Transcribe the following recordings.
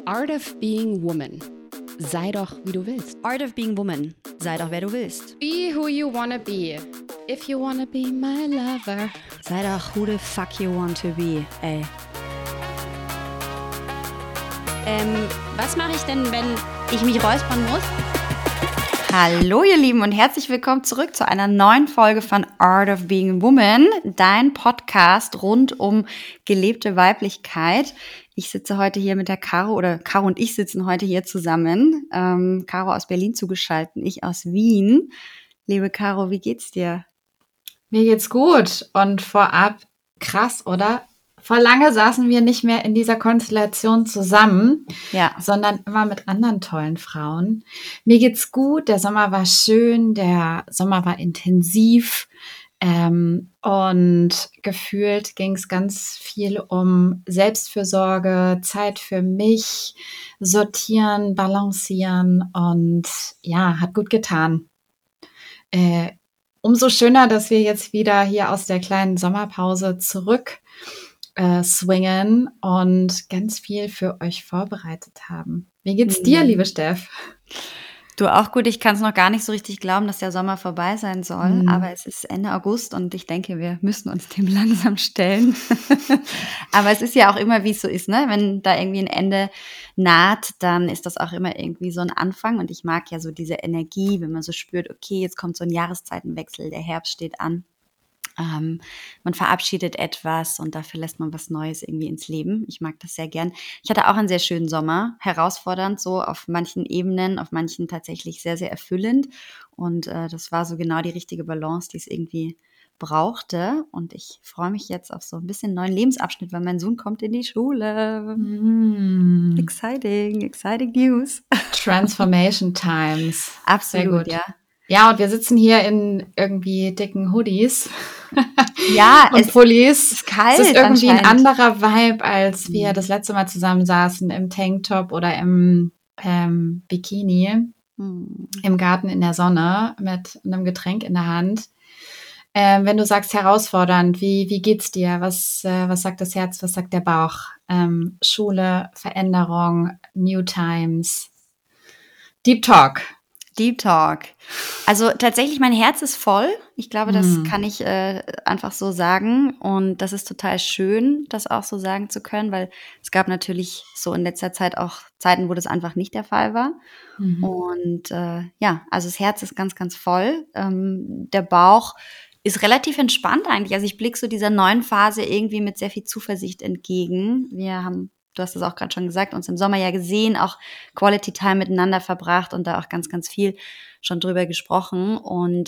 Art of Being Woman. Sei doch, wie du willst. Art of Being Woman. Sei doch, wer du willst. Be who you wanna be. If you wanna be my lover. Sei doch, who the fuck you want to be, ey. Was mache ich denn, wenn ich mich räuspern muss? Hallo ihr Lieben und herzlich willkommen zurück zu einer neuen Folge von Art of Being Woman, dein Podcast rund um gelebte Weiblichkeit. Ich sitze heute hier mit der Caro, oder Caro und ich sitzen heute hier zusammen. Caro aus Berlin zugeschaltet, ich aus Wien. Liebe Caro, wie geht's dir? Mir geht's gut und vorab krass, oder? Vor lange saßen wir nicht mehr in dieser Konstellation zusammen, sondern immer mit anderen tollen Frauen. Mir geht's gut, der Sommer war schön, der Sommer war intensiv und gefühlt ging's ganz viel um Selbstfürsorge, Zeit für mich, sortieren, balancieren und ja, hat gut getan. Umso schöner, dass wir jetzt wieder hier aus der kleinen Sommerpause zurück swingen und ganz viel für euch vorbereitet haben. Wie geht's dir, liebe Steff? Du auch gut. Ich kann es noch gar nicht so richtig glauben, dass der Sommer vorbei sein soll. Aber es ist Ende August und ich denke, wir müssen uns dem langsam stellen. Aber es ist ja auch immer, wie es so ist, ne? Wenn da irgendwie ein Ende naht, dann ist das auch immer irgendwie so ein Anfang. Und ich mag ja so diese Energie, wenn man so spürt, okay, jetzt kommt so ein Jahreszeitenwechsel, der Herbst steht an. Man verabschiedet etwas und dafür lässt man was Neues irgendwie ins Leben. Ich mag das sehr gern. Ich hatte auch einen sehr schönen Sommer, herausfordernd so auf manchen Ebenen, auf manchen tatsächlich sehr, sehr erfüllend. Und das war so genau die richtige Balance, die es irgendwie brauchte. Und ich freue mich jetzt auf so ein bisschen neuen Lebensabschnitt, weil mein Sohn kommt in die Schule. Exciting news. Transformation Times. Absolut, ja. Ja, und wir sitzen hier in irgendwie dicken Hoodies. Ja, und Pullis. Ist kalt. Es ist irgendwie ein anderer Vibe, als wir das letzte Mal zusammen saßen im Tanktop oder im Bikini im Garten in der Sonne mit einem Getränk in der Hand. Wenn du sagst herausfordernd, wie geht's dir? Was sagt das Herz? Was sagt der Bauch? Schule, Veränderung, New Times, Deep Talk. Deep Talk. Also tatsächlich, mein Herz ist voll. Ich glaube, das kann ich einfach so sagen. Und das ist total schön, das auch so sagen zu können, weil es gab natürlich so in letzter Zeit auch Zeiten, wo das einfach nicht der Fall war. Und also das Herz ist ganz, ganz voll. Der Bauch ist relativ entspannt eigentlich. Also ich blicke so dieser neuen Phase irgendwie mit sehr viel Zuversicht entgegen. Wir haben, du hast es auch gerade schon gesagt, uns im Sommer ja gesehen, auch Quality Time miteinander verbracht und da auch ganz, ganz viel schon drüber gesprochen. Und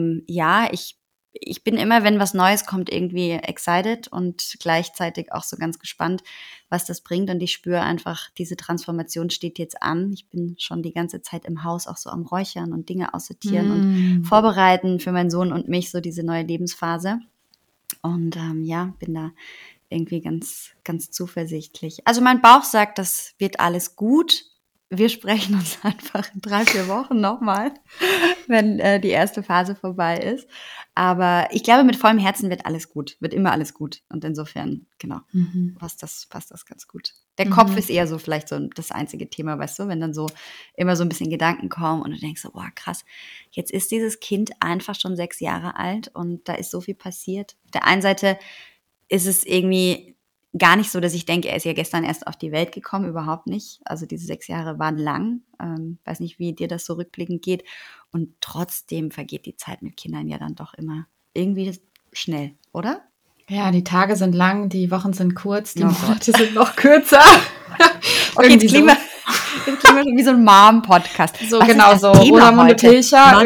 ich bin immer, wenn was Neues kommt, irgendwie excited und gleichzeitig auch so ganz gespannt, was das bringt. Und ich spüre einfach, diese Transformation steht jetzt an. Ich bin schon die ganze Zeit im Haus auch so am Räuchern und Dinge aussortieren und vorbereiten für meinen Sohn und mich, so diese neue Lebensphase. Und bin da irgendwie ganz, ganz zuversichtlich. Also mein Bauch sagt, das wird alles gut. Wir sprechen uns einfach in 3-4 Wochen nochmal, wenn die erste Phase vorbei ist. Aber ich glaube, mit vollem Herzen wird alles gut, wird immer alles gut. Und insofern, genau, passt das ganz gut. Der Kopf ist eher so vielleicht so das einzige Thema, weißt du, wenn dann so immer so ein bisschen Gedanken kommen und du denkst so, boah, krass, jetzt ist dieses Kind einfach schon 6 Jahre alt und da ist so viel passiert. Auf der einen Seite ist es irgendwie gar nicht so, dass ich denke, er ist ja gestern erst auf die Welt gekommen, überhaupt nicht. Also diese 6 Jahre waren lang. Weiß nicht, wie dir das so rückblickend geht. Und trotzdem vergeht die Zeit mit Kindern ja dann doch immer irgendwie schnell, oder? Ja, die Tage sind lang, die Wochen sind kurz, die Monate sind noch kürzer. Okay, jetzt klingen wir wie so ein Mom-Podcast. So, genau so. Oder Montetilcher.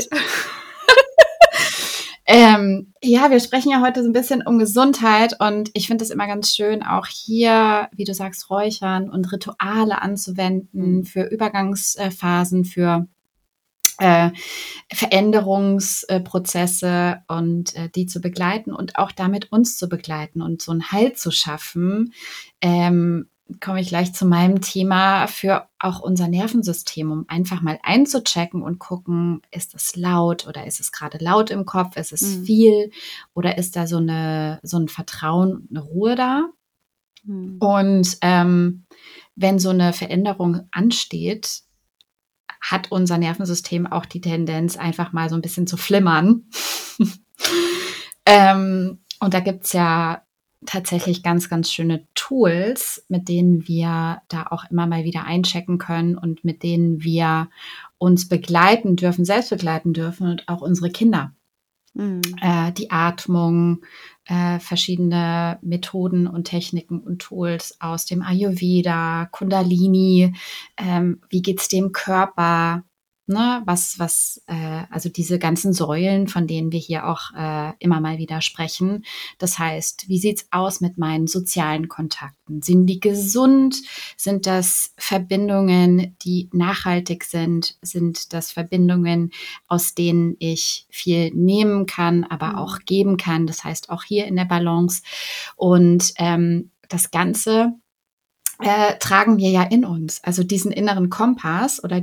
Wir sprechen ja heute so ein bisschen um Gesundheit und ich finde es immer ganz schön, auch hier, wie du sagst, Räuchern und Rituale anzuwenden für Übergangsphasen, für Veränderungsprozesse und die zu begleiten und auch damit uns zu begleiten und so einen Halt zu schaffen. Komme ich gleich zu meinem Thema für auch unser Nervensystem, um einfach mal einzuchecken und gucken, ist es laut oder ist es gerade laut im Kopf, ist es viel oder ist da so ein Vertrauen und eine Ruhe da? Und wenn so eine Veränderung ansteht, hat unser Nervensystem auch die Tendenz, einfach mal so ein bisschen zu flimmern. Und da gibt's ja tatsächlich ganz, ganz schöne Tools, mit denen wir da auch immer mal wieder einchecken können und mit denen wir uns begleiten dürfen, selbst begleiten dürfen und auch unsere Kinder. Die Atmung, verschiedene Methoden und Techniken und Tools aus dem Ayurveda, Kundalini, wie geht's dem Körper, ne? Also diese ganzen Säulen, von denen wir hier auch immer mal wieder sprechen. Das heißt, wie sieht's aus mit meinen sozialen Kontakten? Sind die gesund? Sind das Verbindungen, die nachhaltig sind? Sind das Verbindungen, aus denen ich viel nehmen kann, aber auch geben kann? Das heißt, auch hier in der Balance. Und das Ganze tragen wir ja in uns. Also diesen inneren Kompass oder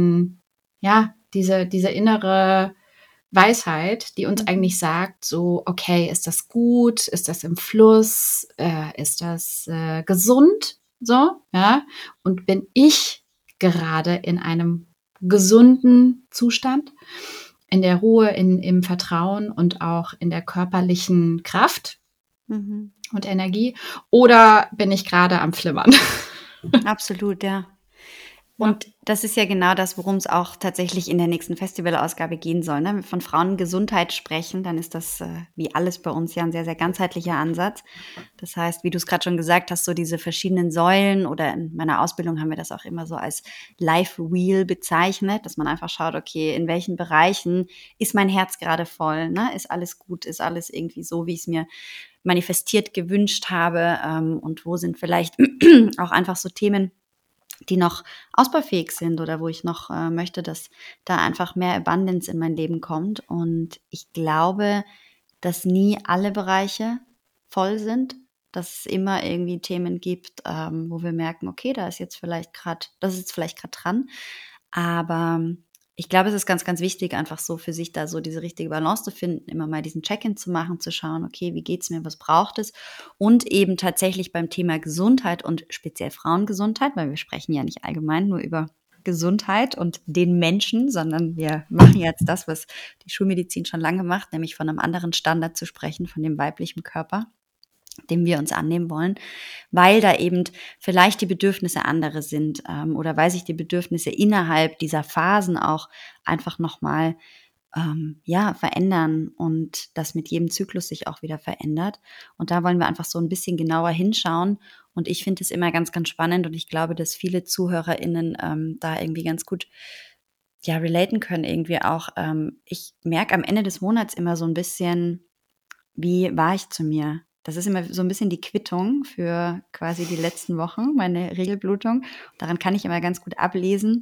diese innere Weisheit, die uns eigentlich sagt, so, okay, ist das gut? Ist das im Fluss? Ist das gesund? So, ja. Und bin ich gerade in einem gesunden Zustand, in der Ruhe, im Vertrauen und auch in der körperlichen Kraft und Energie? Oder bin ich gerade am Flimmern? Absolut, ja. Und das ist ja genau das, worum es auch tatsächlich in der nächsten Festivalausgabe gehen soll. Ne? Wenn wir von Frauengesundheit sprechen, dann ist das wie alles bei uns ja ein sehr, sehr ganzheitlicher Ansatz. Das heißt, wie du es gerade schon gesagt hast, so diese verschiedenen Säulen oder in meiner Ausbildung haben wir das auch immer so als Life Wheel bezeichnet, dass man einfach schaut, okay, in welchen Bereichen ist mein Herz gerade voll, ne? Ist alles gut, ist alles irgendwie so, wie ich es mir manifestiert gewünscht habe, und wo sind vielleicht auch einfach so Themen, die noch ausbaufähig sind oder wo ich noch möchte, dass da einfach mehr Abundance in mein Leben kommt. Und ich glaube, dass nie alle Bereiche voll sind, dass es immer irgendwie Themen gibt, wo wir merken, okay, das ist jetzt vielleicht gerade dran. Aber ich glaube, es ist ganz, ganz wichtig, einfach so für sich da so diese richtige Balance zu finden, immer mal diesen Check-in zu machen, zu schauen, okay, wie geht's mir, was braucht es? Und eben tatsächlich beim Thema Gesundheit und speziell Frauengesundheit, weil wir sprechen ja nicht allgemein nur über Gesundheit und den Menschen, sondern wir machen jetzt das, was die Schulmedizin schon lange macht, nämlich von einem anderen Standard zu sprechen, von dem weiblichen Körper, dem wir uns annehmen wollen, weil da eben vielleicht die Bedürfnisse andere sind, oder weil sich die Bedürfnisse innerhalb dieser Phasen auch einfach nochmal verändern und das mit jedem Zyklus sich auch wieder verändert. Und da wollen wir einfach so ein bisschen genauer hinschauen. Und ich finde es immer ganz, ganz spannend und ich glaube, dass viele ZuhörerInnen da irgendwie ganz gut relaten können irgendwie auch. Ich merke am Ende des Monats immer so ein bisschen, wie war ich zu mir? Das ist immer so ein bisschen die Quittung für quasi die letzten Wochen, meine Regelblutung. Daran kann ich immer ganz gut ablesen,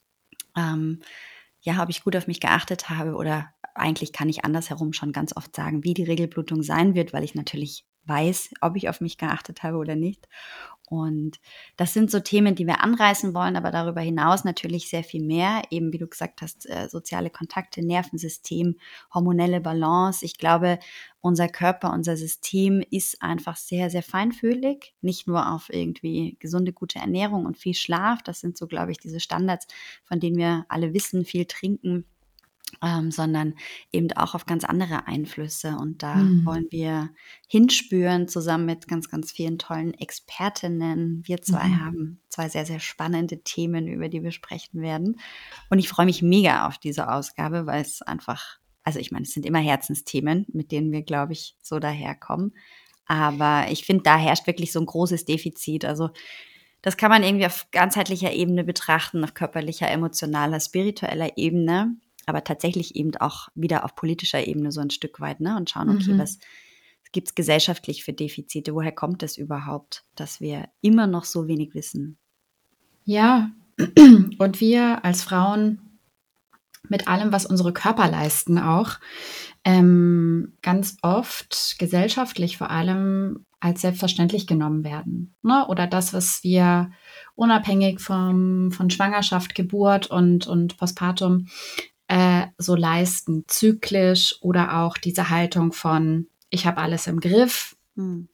ob ich gut auf mich geachtet habe, oder eigentlich kann ich andersherum schon ganz oft sagen, wie die Regelblutung sein wird, weil ich natürlich weiß, ob ich auf mich geachtet habe oder nicht. Und das sind so Themen, die wir anreißen wollen, aber darüber hinaus natürlich sehr viel mehr, eben wie du gesagt hast, soziale Kontakte, Nervensystem, hormonelle Balance. Ich glaube, unser Körper, unser System ist einfach sehr, sehr feinfühlig, nicht nur auf irgendwie gesunde, gute Ernährung und viel Schlaf. Das sind so, glaube ich, diese Standards, von denen wir alle wissen, viel trinken, sondern eben auch auf ganz andere Einflüsse. Und da wollen wir hinspüren, zusammen mit ganz, ganz vielen tollen Expertinnen. Wir zwei haben zwei sehr, sehr spannende Themen, über die wir sprechen werden. Und ich freue mich mega auf diese Ausgabe, weil es einfach, also ich meine, es sind immer Herzensthemen, mit denen wir, glaube ich, so daherkommen. Aber ich finde, da herrscht wirklich so ein großes Defizit. Also das kann man irgendwie auf ganzheitlicher Ebene betrachten, auf körperlicher, emotionaler, spiritueller Ebene, aber tatsächlich eben auch wieder auf politischer Ebene so ein Stück weit, ne? Und schauen, okay, was gibt es gesellschaftlich für Defizite? Woher kommt es überhaupt, dass wir immer noch so wenig wissen? Ja, und wir als Frauen mit allem, was unsere Körper leisten auch, ganz oft gesellschaftlich vor allem als selbstverständlich genommen werden, ne? Oder das, was wir unabhängig von Schwangerschaft, Geburt und Postpartum so leisten, zyklisch, oder auch diese Haltung von, ich habe alles im Griff,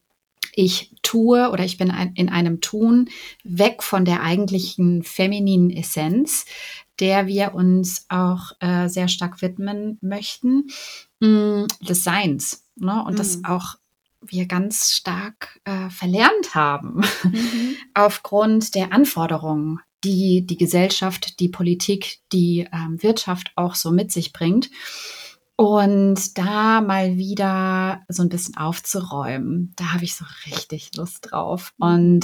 ich tue oder ich bin in einem Tun weg von der eigentlichen femininen Essenz, der wir uns auch sehr stark widmen möchten, des Seins. Ne? Und das auch wir ganz stark verlernt haben aufgrund der Anforderungen, die die Gesellschaft, die Politik, die Wirtschaft auch so mit sich bringt. Und da mal wieder so ein bisschen aufzuräumen, da habe ich so richtig Lust drauf. Und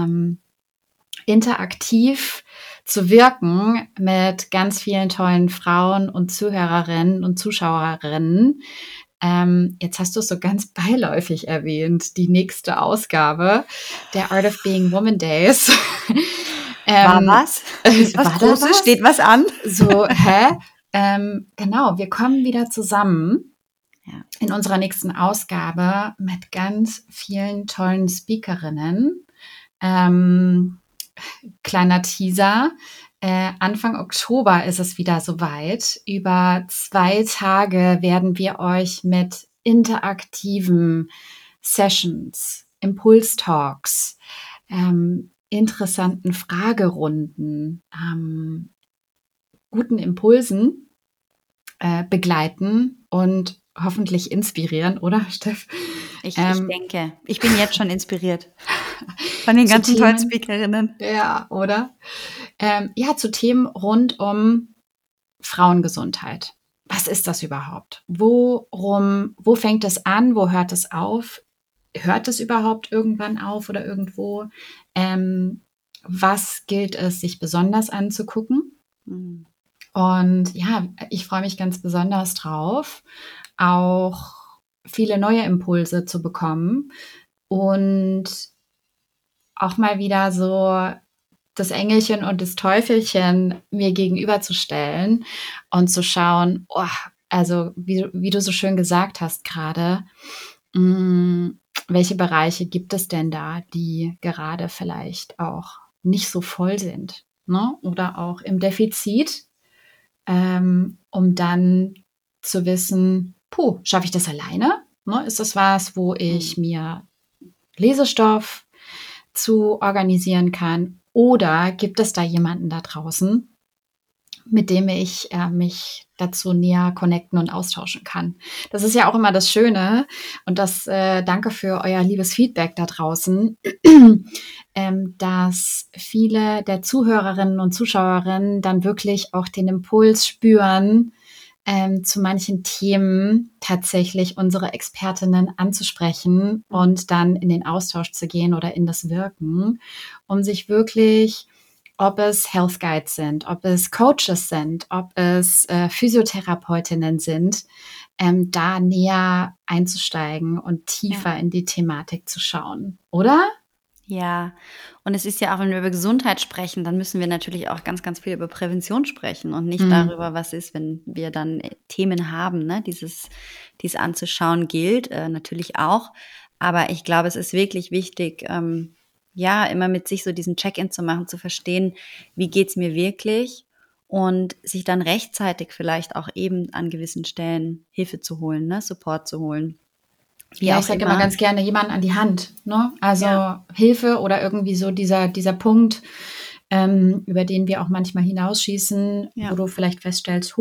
interaktiv zu wirken mit ganz vielen tollen Frauen und Zuhörerinnen und Zuschauerinnen. Jetzt hast du es so ganz beiläufig erwähnt, die nächste Ausgabe der Art of Being Woman Days. War was? Ist was Großes? Steht was an? So, genau, wir kommen wieder zusammen in unserer nächsten Ausgabe mit ganz vielen tollen Speakerinnen. Kleiner Teaser. Anfang Oktober ist es wieder soweit. Über 2 Tage werden wir euch mit interaktiven Sessions, Impulstalks, interessanten Fragerunden, guten Impulsen begleiten und hoffentlich inspirieren, oder, Steff? Ich denke, ich bin jetzt schon inspiriert von den ganzen tollen Speakerinnen. Ja, oder? Zu Themen rund um Frauengesundheit. Was ist das überhaupt? Wo fängt es an? Wo hört es auf? Hört es überhaupt irgendwann auf oder irgendwo? Was gilt es, sich besonders anzugucken? Und ja, ich freue mich ganz besonders drauf, auch viele neue Impulse zu bekommen und auch mal wieder so das Engelchen und das Teufelchen mir gegenüberzustellen und zu schauen, also wie du so schön gesagt hast gerade, welche Bereiche gibt es denn da, die gerade vielleicht auch nicht so voll sind, ne? Oder auch im Defizit, um dann zu wissen, schaffe ich das alleine? Ne? Ist das was, wo ich mir Lesestoff zu organisieren kann? Oder gibt es da jemanden da draußen, mit dem ich mich dazu näher connecten und austauschen kann? Das ist ja auch immer das Schöne und das danke für euer liebes Feedback da draußen, dass viele der Zuhörerinnen und Zuschauerinnen dann wirklich auch den Impuls spüren, zu manchen Themen tatsächlich unsere Expertinnen anzusprechen und dann in den Austausch zu gehen oder in das Wirken, um sich wirklich, ob es Health Guides sind, ob es Coaches sind, ob es Physiotherapeutinnen sind, da näher einzusteigen und tiefer in die Thematik zu schauen, oder? Ja, und es ist ja auch, wenn wir über Gesundheit sprechen, dann müssen wir natürlich auch ganz, ganz viel über Prävention sprechen und nicht darüber, was ist, wenn wir dann Themen haben, ne? Dies anzuschauen gilt natürlich auch. Aber ich glaube, es ist wirklich wichtig, immer mit sich so diesen Check-in zu machen, zu verstehen, wie geht's mir wirklich und sich dann rechtzeitig vielleicht auch eben an gewissen Stellen Hilfe zu holen, ne? Support zu holen. Ich sage immer ganz gerne jemanden an die Hand, ne? Also Hilfe oder irgendwie so dieser Punkt, über den wir auch manchmal hinausschießen, wo du vielleicht feststellst,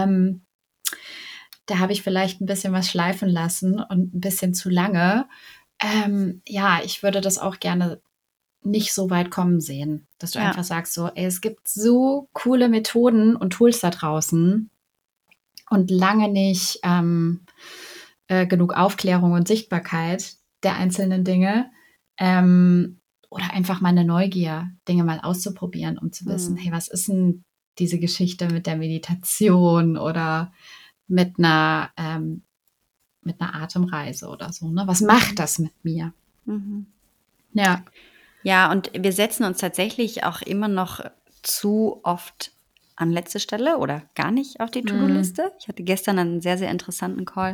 da habe ich vielleicht ein bisschen was schleifen lassen und ein bisschen zu lange. Ich würde das auch gerne nicht so weit kommen sehen, dass du einfach sagst so, es gibt so coole Methoden und Tools da draußen und lange nicht genug Aufklärung und Sichtbarkeit der einzelnen Dinge oder einfach mal eine Neugier, Dinge mal auszuprobieren, um zu wissen, hey, was ist denn diese Geschichte mit der Meditation oder mit einer Atemreise oder so, ne? Was macht das mit mir? Ja. Ja, und wir setzen uns tatsächlich auch immer noch zu oft an letzte Stelle oder gar nicht auf die To-Do-Liste. Ich hatte gestern einen sehr, sehr interessanten Call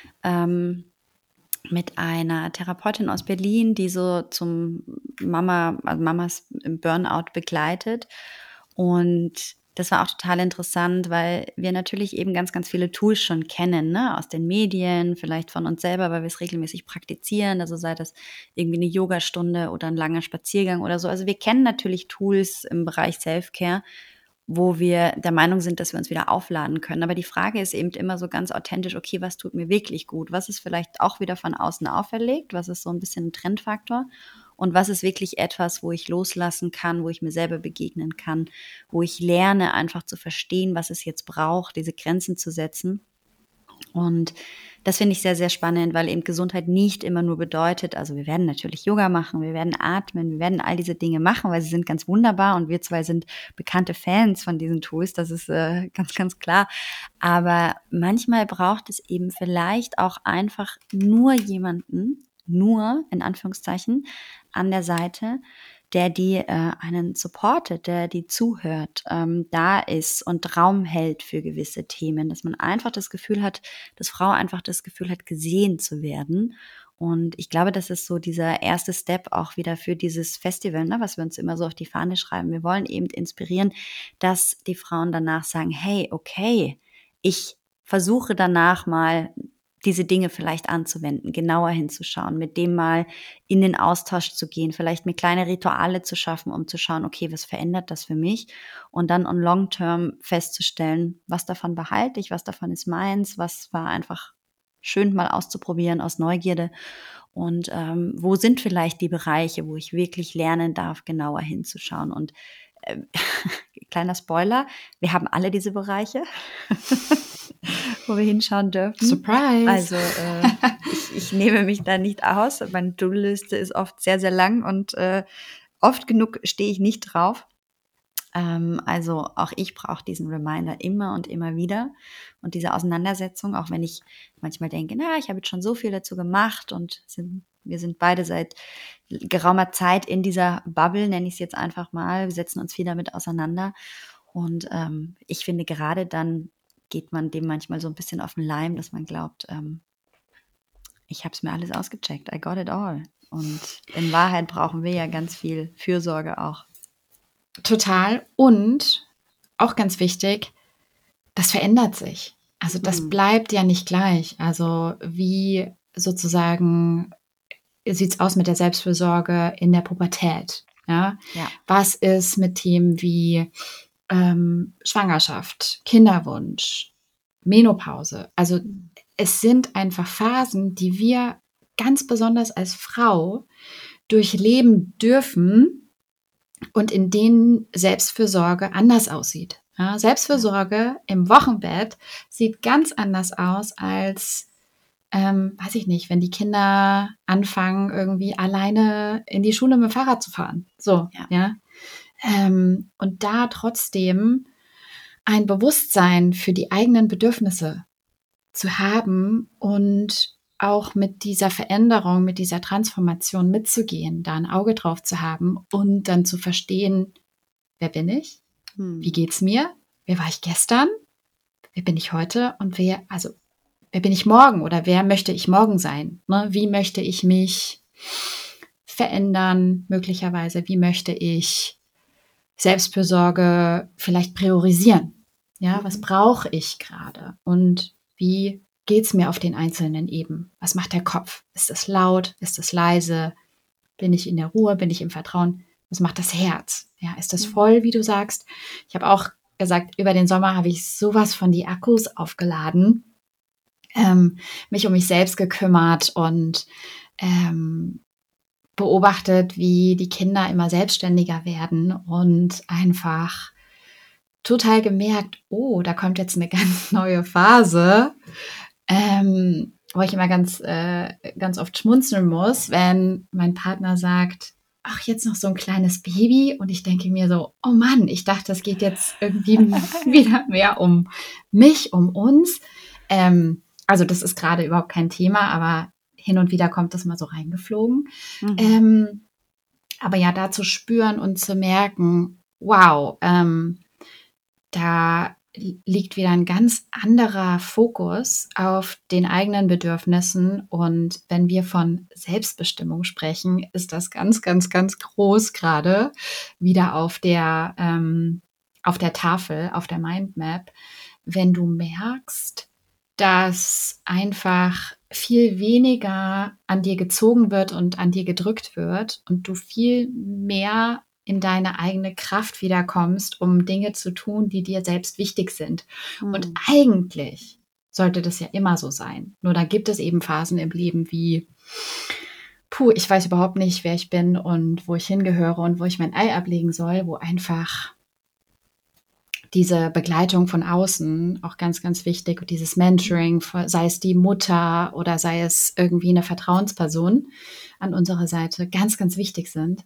mit einer Therapeutin aus Berlin, die so zum Mamas im Burnout begleitet. Und das war auch total interessant, weil wir natürlich eben ganz, ganz viele Tools schon kennen, ne? Aus den Medien, vielleicht von uns selber, weil wir es regelmäßig praktizieren. Also sei das irgendwie eine Yogastunde oder ein langer Spaziergang oder so. Also wir kennen natürlich Tools im Bereich Self-Care, wo wir der Meinung sind, dass wir uns wieder aufladen können. Aber die Frage ist eben immer so ganz authentisch, okay, was tut mir wirklich gut? Was ist vielleicht auch wieder von außen auferlegt? Was ist so ein bisschen ein Trendfaktor? Und was ist wirklich etwas, wo ich loslassen kann, wo ich mir selber begegnen kann, wo ich lerne, einfach zu verstehen, was es jetzt braucht, diese Grenzen zu setzen. Und das finde ich sehr, sehr spannend, weil eben Gesundheit nicht immer nur bedeutet, also wir werden natürlich Yoga machen, wir werden atmen, wir werden all diese Dinge machen, weil sie sind ganz wunderbar und wir zwei sind bekannte Fans von diesen Tools, das ist ganz, ganz klar. Aber manchmal braucht es eben vielleicht auch einfach nur jemanden, nur in Anführungszeichen, an der Seite, der die einen supportet, der die zuhört, da ist und Raum hält für gewisse Themen, dass man einfach das Gefühl hat, dass Frau einfach das Gefühl hat, gesehen zu werden. Und ich glaube, das ist so dieser erste Step auch wieder für dieses Festival, ne, was wir uns immer so auf die Fahne schreiben. Wir wollen eben inspirieren, dass die Frauen danach sagen, hey, okay, ich versuche danach mal diese Dinge vielleicht anzuwenden, genauer hinzuschauen, mit dem mal in den Austausch zu gehen, vielleicht mir kleine Rituale zu schaffen, um zu schauen, okay, was verändert das für mich? Und dann on long term festzustellen, was davon behalte ich, was davon ist meins, was war einfach schön mal auszuprobieren aus Neugierde und wo sind vielleicht die Bereiche, wo ich wirklich lernen darf, genauer hinzuschauen. Und kleiner Spoiler, wir haben alle diese Bereiche, wo wir hinschauen dürfen. Surprise! Also ich nehme mich da nicht aus. Meine To-Do-Liste ist oft sehr, sehr lang und oft genug stehe ich nicht drauf. Also auch ich brauche diesen Reminder immer und immer wieder und diese Auseinandersetzung, auch wenn ich manchmal denke, na, ich habe jetzt schon so viel dazu gemacht und wir sind beide seit geraumer Zeit in dieser Bubble, nenne ich es jetzt einfach mal. Wir setzen uns viel damit auseinander und ich finde, gerade dann geht man dem manchmal so ein bisschen auf den Leim, dass man glaubt, ich habe es mir alles ausgecheckt, I got it all. Und in Wahrheit brauchen wir ja ganz viel Fürsorge auch. Total. Und auch ganz wichtig, das verändert sich. Also das bleibt ja nicht gleich. Also wie sozusagen sieht es aus mit der Selbstfürsorge in der Pubertät? Ja? Was ist mit Themen wie Schwangerschaft, Kinderwunsch, Menopause? Also es sind einfach Phasen, die wir ganz besonders als Frau durchleben dürfen und in denen Selbstfürsorge anders aussieht. Ja, Selbstfürsorge im Wochenbett sieht ganz anders aus als, weiß ich nicht, wenn die Kinder anfangen, irgendwie alleine in die Schule mit dem Fahrrad zu fahren. So, ja. Und da trotzdem ein Bewusstsein für die eigenen Bedürfnisse zu haben und auch mit dieser Veränderung, mit dieser Transformation mitzugehen, da ein Auge drauf zu haben und dann zu verstehen, wer bin ich? Wie geht's mir? Wer war ich gestern? Wer bin ich heute? Und wer bin ich morgen oder wer möchte ich morgen sein? Ne? Wie möchte ich mich verändern, möglicherweise? Wie möchte ich Selbstfürsorge vielleicht priorisieren? Ja, was brauche ich gerade? Und wie geht es mir auf den einzelnen Ebenen? Was macht der Kopf? Ist es laut? Ist es leise? Bin ich in der Ruhe? Bin ich im Vertrauen? Was macht das Herz? Ja, ist das voll, wie du sagst? Ich habe auch gesagt, über den Sommer habe ich sowas von die Akkus aufgeladen, mich um mich selbst gekümmert und beobachtet, wie die Kinder immer selbstständiger werden und einfach total gemerkt, oh, da kommt jetzt eine ganz neue Phase, wo ich immer ganz oft schmunzeln muss, wenn mein Partner sagt, ach, jetzt noch so ein kleines Baby und ich denke mir so, oh Mann, ich dachte, es geht jetzt irgendwie wieder mehr um mich, um uns. Also das ist gerade überhaupt kein Thema, aber hin und wieder kommt das mal so reingeflogen. Aber ja, da zu spüren und zu merken, wow, da liegt wieder ein ganz anderer Fokus auf den eigenen Bedürfnissen. Und wenn wir von Selbstbestimmung sprechen, ist das ganz, ganz, ganz groß gerade wieder auf der auf der Tafel, auf der Mindmap, wenn du merkst, dass einfach viel weniger an dir gezogen wird und an dir gedrückt wird und du viel mehr in deine eigene Kraft wiederkommst, um Dinge zu tun, die dir selbst wichtig sind. Und eigentlich sollte das ja immer so sein. Nur da gibt es eben Phasen im Leben wie, ich weiß überhaupt nicht, wer ich bin und wo ich hingehöre und wo ich mein Ei ablegen soll, wo einfach diese Begleitung von außen auch ganz, ganz wichtig und dieses Mentoring, sei es die Mutter oder sei es irgendwie eine Vertrauensperson an unserer Seite, ganz, ganz wichtig sind.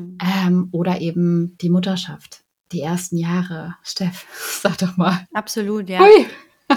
Oder eben die Mutterschaft, die ersten Jahre. Steff, sag doch mal. Absolut, ja. Hui.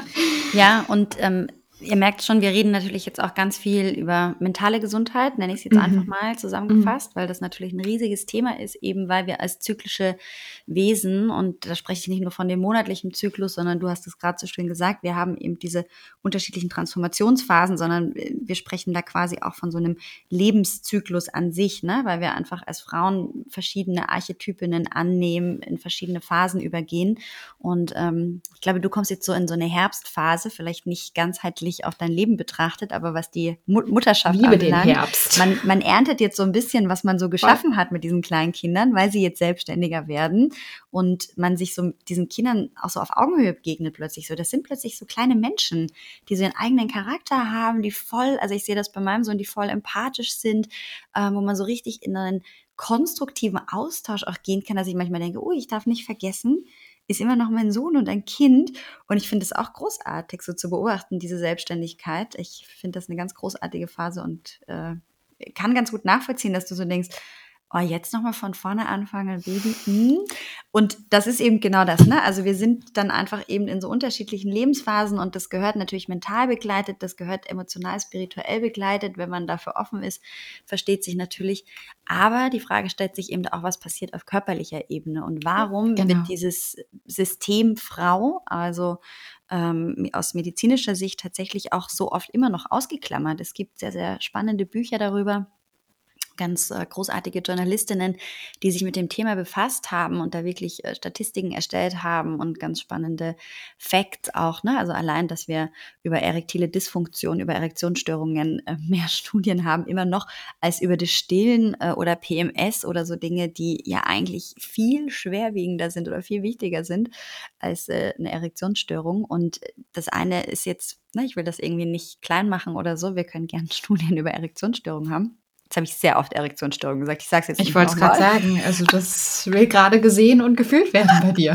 Ja, und ihr merkt schon, wir reden natürlich jetzt auch ganz viel über mentale Gesundheit, nenne ich es jetzt einfach mal zusammengefasst, weil das natürlich ein riesiges Thema ist, eben weil wir als zyklische Wesen, und da spreche ich nicht nur von dem monatlichen Zyklus, sondern du hast es gerade so schön gesagt, wir haben eben diese unterschiedlichen Transformationsphasen, sondern wir sprechen da quasi auch von so einem Lebenszyklus an sich, ne? Weil wir einfach als Frauen verschiedene Archetypinnen annehmen, in verschiedene Phasen übergehen. Und ich glaube, du kommst jetzt so in so eine Herbstphase, vielleicht nicht ganzheitlich auf dein Leben betrachtet, aber was die Mutterschaft anbelangt, den Herbst. Man erntet jetzt so ein bisschen, was man so geschaffen hat mit diesen kleinen Kindern, weil sie jetzt selbstständiger werden und man sich so diesen Kindern auch so auf Augenhöhe begegnet plötzlich so. Das sind plötzlich so kleine Menschen, die so ihren eigenen Charakter haben, die voll, also ich sehe das bei meinem Sohn, die voll empathisch sind, wo man so richtig in einen konstruktiven Austausch auch gehen kann, dass ich manchmal denke, ich darf nicht vergessen, ist immer noch mein Sohn und ein Kind. Und ich finde es auch großartig, so zu beobachten, diese Selbstständigkeit. Ich finde das eine ganz großartige Phase und kann ganz gut nachvollziehen, dass du so denkst, jetzt nochmal von vorne anfangen, Baby. Und das ist eben genau das, ne? Also wir sind dann einfach eben in so unterschiedlichen Lebensphasen und das gehört natürlich mental begleitet, das gehört emotional, spirituell begleitet. Wenn man dafür offen ist, versteht sich natürlich. Aber die Frage stellt sich eben auch, was passiert auf körperlicher Ebene und warum wird dieses System Frau, also aus medizinischer Sicht tatsächlich auch so oft immer noch ausgeklammert. Es gibt sehr, sehr spannende Bücher darüber, ganz großartige Journalistinnen, die sich mit dem Thema befasst haben und da wirklich Statistiken erstellt haben und ganz spannende Facts auch, ne? Also allein, dass wir über erektile Dysfunktion, über Erektionsstörungen mehr Studien haben, immer noch, als über das Stillen oder PMS oder so Dinge, die ja eigentlich viel schwerwiegender sind oder viel wichtiger sind als eine Erektionsstörung. Und das eine ist jetzt, ne, ich will das irgendwie nicht klein machen oder so, wir können gerne Studien über Erektionsstörungen haben. Jetzt habe ich sehr oft Erektionsstörung gesagt. Ich sage es jetzt nicht. Ich wollte es gerade sagen. Also das will gerade gesehen und gefühlt werden bei dir.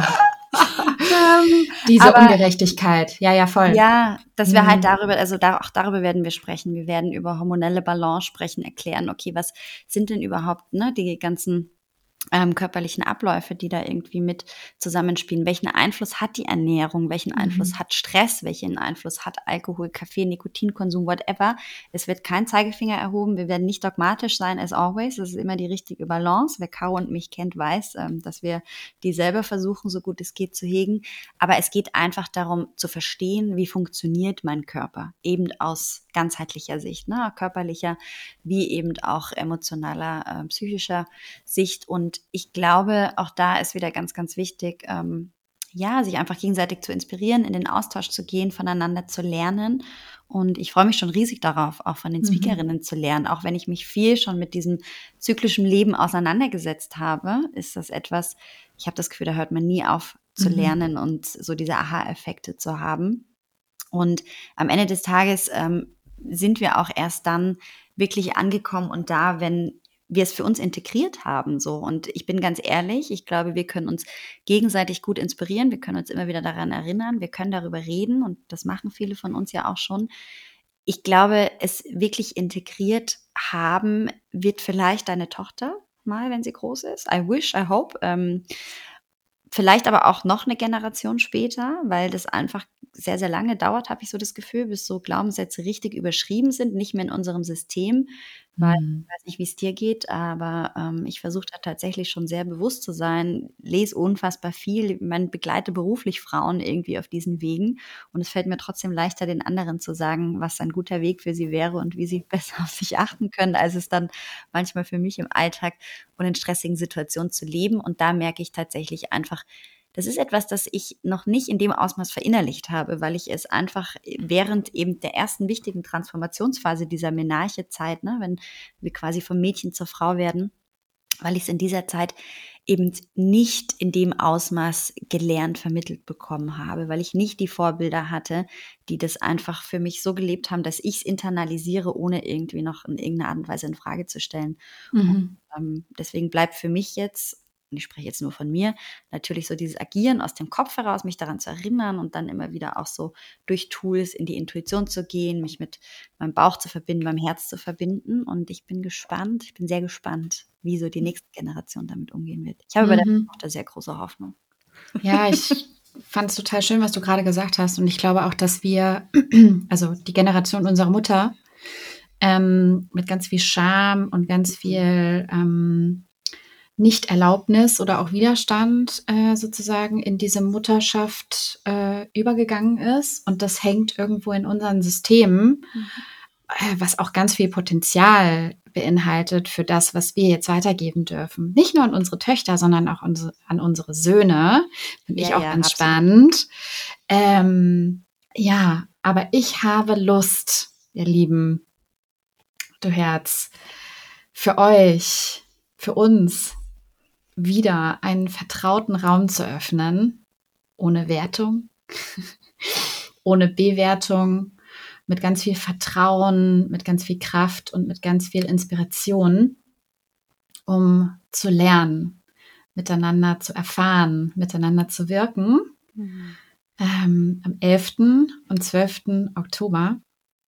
Diese Ungerechtigkeit. Ja, voll. Ja, dass wir halt darüber, also auch darüber werden wir sprechen. Wir werden über hormonelle Balance sprechen, erklären, okay, was sind denn überhaupt, ne, die ganzen körperlichen Abläufe, die da irgendwie mit zusammenspielen. Welchen Einfluss hat die Ernährung? Welchen Einfluss hat Stress? Welchen Einfluss hat Alkohol, Kaffee, Nikotinkonsum, whatever? Es wird kein Zeigefinger erhoben. Wir werden nicht dogmatisch sein, as always. Das ist immer die richtige Balance. Wer Caro und mich kennt, weiß, dass wir die selber versuchen, so gut es geht zu hegen. Aber es geht einfach darum, zu verstehen, wie funktioniert mein Körper? Eben aus ganzheitlicher Sicht, ne? Körperlicher, wie eben auch emotionaler, psychischer Sicht. Und ich glaube, auch da ist wieder ganz, ganz wichtig, sich einfach gegenseitig zu inspirieren, in den Austausch zu gehen, voneinander zu lernen. Und ich freue mich schon riesig darauf, auch von den Speakerinnen zu lernen. Auch wenn ich mich viel schon mit diesem zyklischen Leben auseinandergesetzt habe, ist das etwas, ich habe das Gefühl, da hört man nie auf zu lernen und so diese Aha-Effekte zu haben. Und am Ende des Tages sind wir auch erst dann wirklich angekommen und da, wenn wir es für uns integriert haben, so. Und ich bin ganz ehrlich, ich glaube, wir können uns gegenseitig gut inspirieren, wir können uns immer wieder daran erinnern, wir können darüber reden und das machen viele von uns ja auch schon. Ich glaube, es wirklich integriert haben wird vielleicht deine Tochter mal, wenn sie groß ist. I wish, I hope. Vielleicht aber auch noch eine Generation später, weil das einfach sehr, sehr lange dauert, habe ich so das Gefühl, bis so Glaubenssätze richtig überschrieben sind, nicht mehr in unserem System. Weil ich weiß nicht, wie es dir geht, aber ich versuche da tatsächlich schon sehr bewusst zu sein, lese unfassbar viel, man begleite beruflich Frauen irgendwie auf diesen Wegen und es fällt mir trotzdem leichter, den anderen zu sagen, was ein guter Weg für sie wäre und wie sie besser auf sich achten können, als es dann manchmal für mich im Alltag und in stressigen Situationen zu leben. Und da merke ich tatsächlich einfach, das ist etwas, das ich noch nicht in dem Ausmaß verinnerlicht habe, weil ich es einfach während eben der ersten wichtigen Transformationsphase dieser Menarche-Zeit, ne, wenn wir quasi vom Mädchen zur Frau werden, weil ich es in dieser Zeit eben nicht in dem Ausmaß gelernt, vermittelt bekommen habe, weil ich nicht die Vorbilder hatte, die das einfach für mich so gelebt haben, dass ich es internalisiere, ohne irgendwie noch in irgendeiner Art und Weise in Frage zu stellen. Mhm. Und deswegen bleibt für mich jetzt, und ich spreche jetzt nur von mir, natürlich so dieses Agieren aus dem Kopf heraus, mich daran zu erinnern und dann immer wieder auch so durch Tools in die Intuition zu gehen, mich mit meinem Bauch zu verbinden, meinem Herz zu verbinden. Und ich bin sehr gespannt, wie so die nächste Generation damit umgehen wird. Ich habe bei der Tochter sehr große Hoffnung. Ja, ich fand es total schön, was du gerade gesagt hast. Und ich glaube auch, dass wir, also die Generation unserer Mutter, mit ganz viel Scham und ganz viel Nicht-Erlaubnis oder auch Widerstand sozusagen in diese Mutterschaft übergegangen ist. Und das hängt irgendwo in unseren Systemen, was auch ganz viel Potenzial beinhaltet für das, was wir jetzt weitergeben dürfen. Nicht nur an unsere Töchter, sondern auch an unsere Söhne. Finde ich auch ganz spannend. Ja, aber ich habe Lust, ihr Lieben, du Herz, für euch, für uns, wieder einen vertrauten Raum zu öffnen, ohne Wertung, ohne Bewertung, mit ganz viel Vertrauen, mit ganz viel Kraft und mit ganz viel Inspiration, um zu lernen, miteinander zu erfahren, miteinander zu wirken. Am 11. und 12. Oktober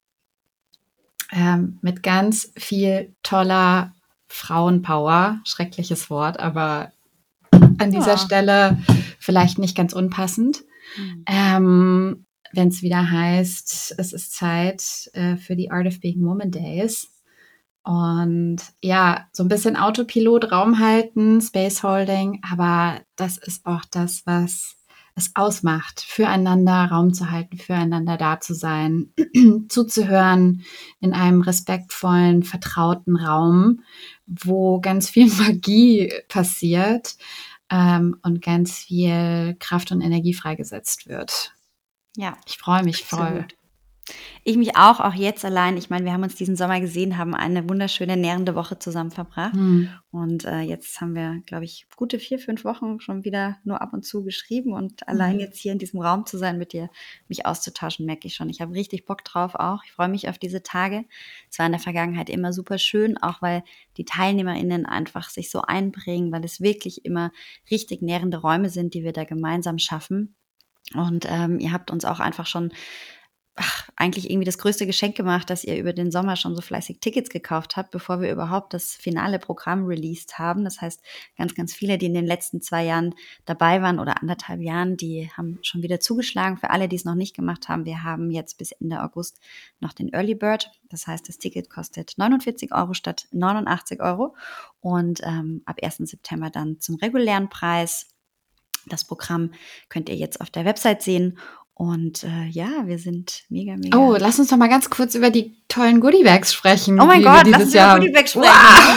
mit ganz viel toller Frauenpower, schreckliches Wort, aber an dieser Stelle vielleicht nicht ganz unpassend. Wenn es wieder heißt, es ist Zeit für die Art of Being Woman Days. Und ja, so ein bisschen Autopilot, Raum halten, Space Holding, aber das ist auch das, was es ausmacht, füreinander Raum zu halten, füreinander da zu sein, zuzuhören in einem respektvollen, vertrauten Raum, wo ganz viel Magie passiert und ganz viel Kraft und Energie freigesetzt wird. Ja, ich freue mich voll. Ich mich auch jetzt allein. Ich meine, wir haben uns diesen Sommer gesehen, haben eine wunderschöne, nährende Woche zusammen verbracht. Und jetzt haben wir, glaube ich, gute 4-5 Wochen schon wieder nur ab und zu geschrieben. Und allein jetzt hier in diesem Raum zu sein, mit dir mich auszutauschen, merke ich schon. Ich habe richtig Bock drauf auch. Ich freue mich auf diese Tage. Es war in der Vergangenheit immer super schön, auch weil die TeilnehmerInnen einfach sich so einbringen, weil es wirklich immer richtig nährende Räume sind, die wir da gemeinsam schaffen. Und ihr habt uns auch einfach schon eigentlich irgendwie das größte Geschenk gemacht, dass ihr über den Sommer schon so fleißig Tickets gekauft habt, bevor wir überhaupt das finale Programm released haben. Das heißt, ganz, ganz viele, die in den letzten 2 Jahren dabei waren oder 1,5 Jahren, die haben schon wieder zugeschlagen. Für alle, die es noch nicht gemacht haben, wir haben jetzt bis Ende August noch den Early Bird. Das heißt, das Ticket kostet 49 € statt 89 € und ab 1. September dann zum regulären Preis. Das Programm könnt ihr jetzt auf der Website sehen. Und ja, wir sind mega. Oh, lass uns doch mal ganz kurz über die tollen Goodiebags sprechen. Oh mein Gott, lass uns über Goodiebags sprechen.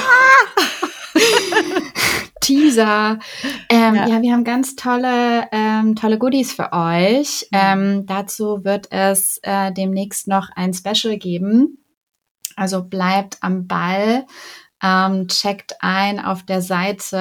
Teaser. Ja, wir haben ganz tolle Goodies für euch. Dazu wird es demnächst noch ein Special geben. Also bleibt am Ball. Checkt ein auf der Seite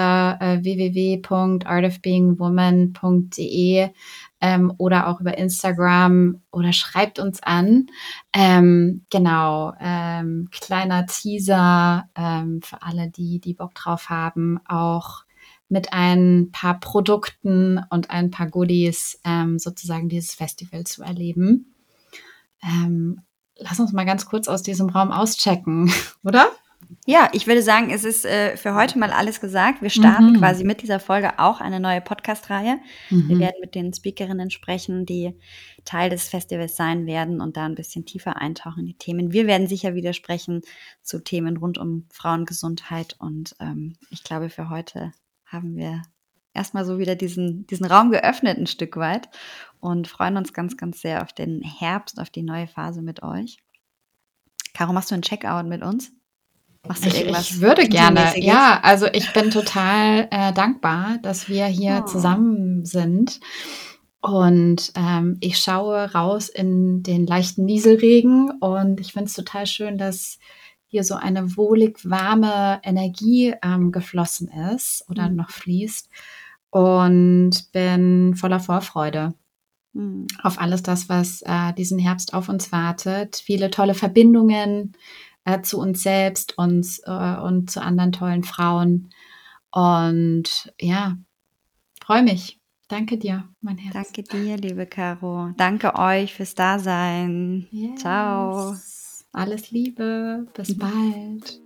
www.artofbeingwoman.de oder auch über Instagram oder schreibt uns an. Genau, kleiner Teaser für alle, die Bock drauf haben, auch mit ein paar Produkten und ein paar Goodies sozusagen dieses Festival zu erleben. Lass uns mal ganz kurz aus diesem Raum auschecken, oder? Ja, ich würde sagen, es ist für heute mal alles gesagt. Wir starten quasi mit dieser Folge auch eine neue Podcast-Reihe. Wir werden mit den Speakerinnen sprechen, die Teil des Festivals sein werden und da ein bisschen tiefer eintauchen in die Themen. Wir werden sicher wieder sprechen zu Themen rund um Frauengesundheit und ich glaube, für heute haben wir erstmal so wieder diesen Raum geöffnet ein Stück weit und freuen uns ganz, ganz sehr auf den Herbst, auf die neue Phase mit euch. Caro, machst du ein Checkout mit uns? Machst du irgendwas? Ich würde gerne, Teammäßiges? ja. Also ich bin total dankbar, dass wir hier zusammen sind. Und ich schaue raus in den leichten Nieselregen und ich finde es total schön, dass hier so eine wohlig warme Energie geflossen ist oder noch fließt und bin voller Vorfreude auf alles das, was diesen Herbst auf uns wartet. Viele tolle Verbindungen zu uns selbst und zu anderen tollen Frauen. Und ja, freue mich. Danke dir, mein Herz. Danke dir, liebe Caro. Danke euch fürs Dasein. Yes. Ciao. Alles Liebe. Bis bald.